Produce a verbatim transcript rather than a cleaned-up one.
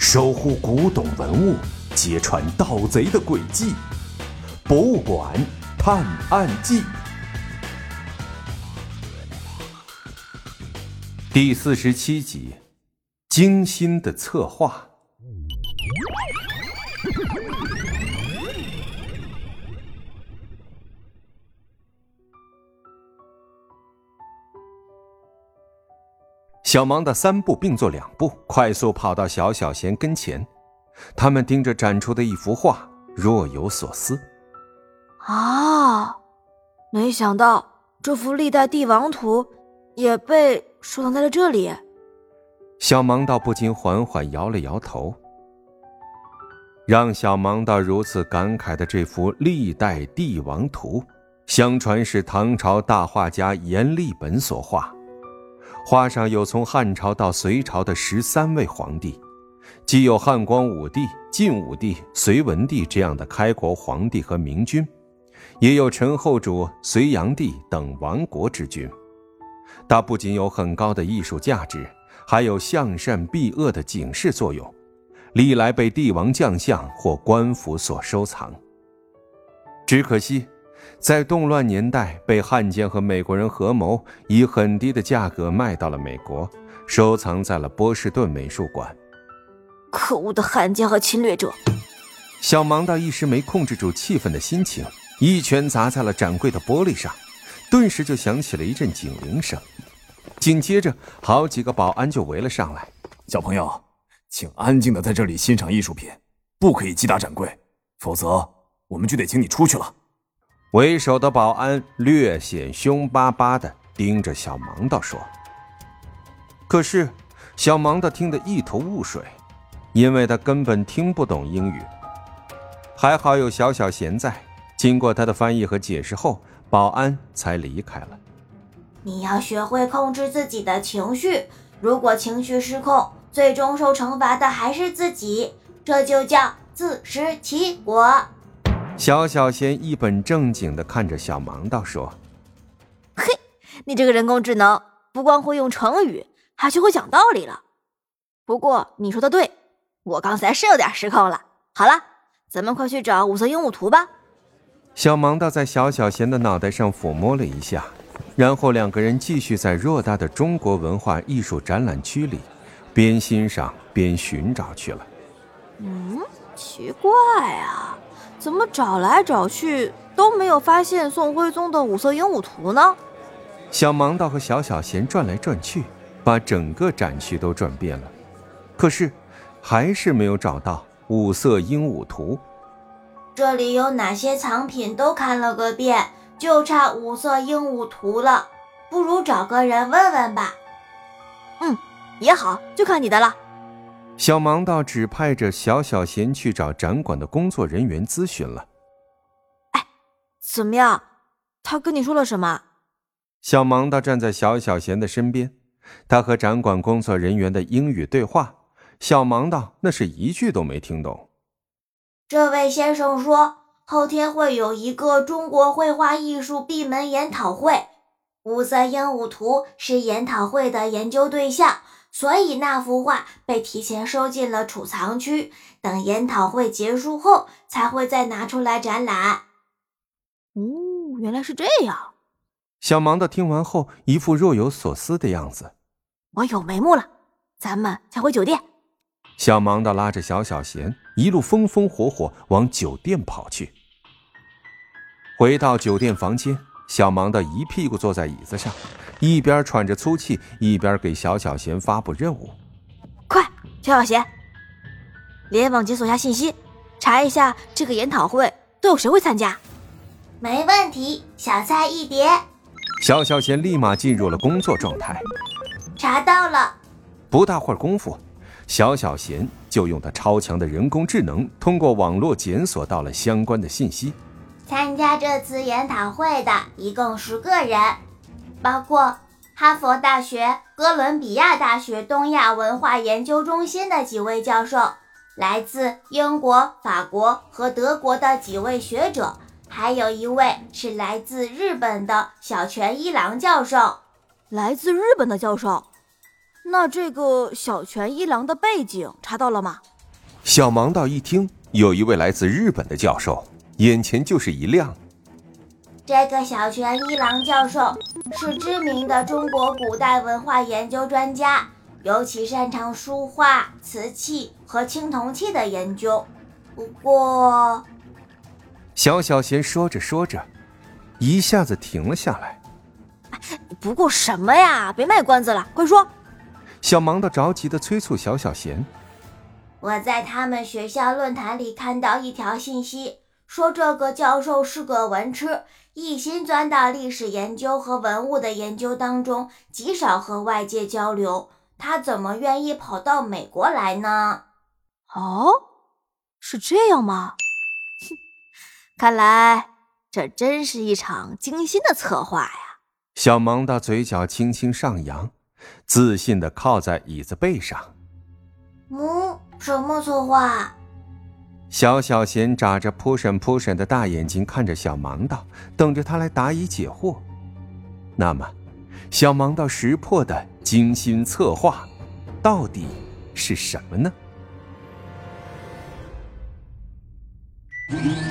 守护古董文物，揭穿盗贼的诡计。博物馆探案记第四十七集，精心的策划。小芒的三步并作两步，快速跑到小小贤跟前。他们盯着展出的一幅画，若有所思。 啊，没想到这幅历代帝王图也被收藏在了这里。 小芒道不禁缓缓摇了摇头。让小芒道如此感慨的这幅历代帝王图，相传是唐朝大画家阎立本所画。画上有从汉朝到隋朝的十三位皇帝，既有汉光武帝、晋武帝、隋文帝这样的开国皇帝和明君，也有陈后主、隋炀帝等亡国之君。它不仅有很高的艺术价值，还有向善避恶的警示作用，历来被帝王将相或官府所收藏。只可惜在动乱年代，被汉奸和美国人合谋，以很低的价格卖到了美国，收藏在了波士顿美术馆。 可恶的汉奸和侵略者！ 小芒道一时没控制住气愤的心情，一拳砸在了展柜的玻璃上，顿时就响起了一阵警铃声。紧接着好几个保安就围了上来。 小朋友，请安静地在这里欣赏艺术品，不可以击打展柜，否则我们就得请你出去了。 为首的保安略显凶巴巴地盯着小芒道说。可是小芒道听得一头雾水，因为他根本听不懂英语。还好有小小贤在，经过他的翻译和解释后，保安才离开了。 你要学会控制自己的情绪，如果情绪失控，最终受惩罚的还是自己，这就叫自食其果。 小小贤一本正经地看着小芒道说。 嘿，你这个人工智能不光会用成语，还学会讲道理了。不过你说的对，我刚才是有点失控了。好了，咱们快去找五色鹦鹉图吧。 小芒道在小小贤的脑袋上抚摸了一下，然后两个人继续在偌大的中国文化艺术展览区里边欣赏边寻找去了。 嗯，奇怪啊，怎么找来找去都没有发现宋徽宗的五色鹦鹉图呢？ 小芒道和小小贤转来转去，把整个展区都转遍了，可是还是没有找到五色鹦鹉图。 这里有哪些藏品都看了个遍，就差五色鹦鹉图了，不如找个人问问吧。 嗯，也好，就看你的了。 小芒道指派着小小贤去找展馆的工作人员咨询了。 哎，怎么样？他跟你说了什么？ 小芒道站在小小贤的身边，他和展馆工作人员的英语对话，小芒道那是一句都没听懂。 这位先生说，后天会有一个中国绘画艺术闭门研讨会，五色鹦鹉图是研讨会的研究对象，所以那幅画被提前收进了储藏区，等研讨会结束后才会再拿出来展览。 哦，原来是这样。 小芒道听完后一副若有所思的样子。 我有眉目了，咱们先回酒店。 小芒道拉着小小贤一路风风火火往酒店跑去。回到酒店房间，小芒道一屁股坐在椅子上，一边喘着粗气，一边给小小贤发布任务。 快，小小贤，联网解锁下信息，查一下这个研讨会都有谁会参加。 没问题，小菜一碟。 小小贤立马进入了工作状态。 查到了。 不大会儿功夫，小小贤就用他超强的人工智能，通过网络检索到了相关的信息。 参加这次研讨会的一共十个人，包括哈佛大学、哥伦比亚大学东亚文化研究中心的几位教授，来自英国、法国和德国的几位学者，还有一位是来自日本的小泉一郎教授。 来自日本的教授？ 那这个小泉一郎的背景查到了吗？ 小盲道一听，有一位来自日本的教授，眼前就是一亮。 这个小泉一郎教授是知名的中国古代文化研究专家，尤其擅长书画、瓷器和青铜器的研究。不过， 小小贤说着说着，一下子停了下来。 不过什么呀？别卖关子了，快说！ 小盲道着急地催促小小贤。 我在他们学校论坛里看到一条信息，说这个教授是个文痴，一心钻到历史研究和文物的研究当中，极少和外界交流。他怎么愿意跑到美国来呢？ 哦，是这样吗？哼，看来这真是一场精心的策划呀。 小盲道嘴角轻轻上扬，自信地靠在椅子背上。 嗯，什么策划？ 小小贤眨着扑闪扑闪的大眼睛看着小盲道，等着他来答疑解惑。那么，小盲道识破的精心策划，到底是什么呢？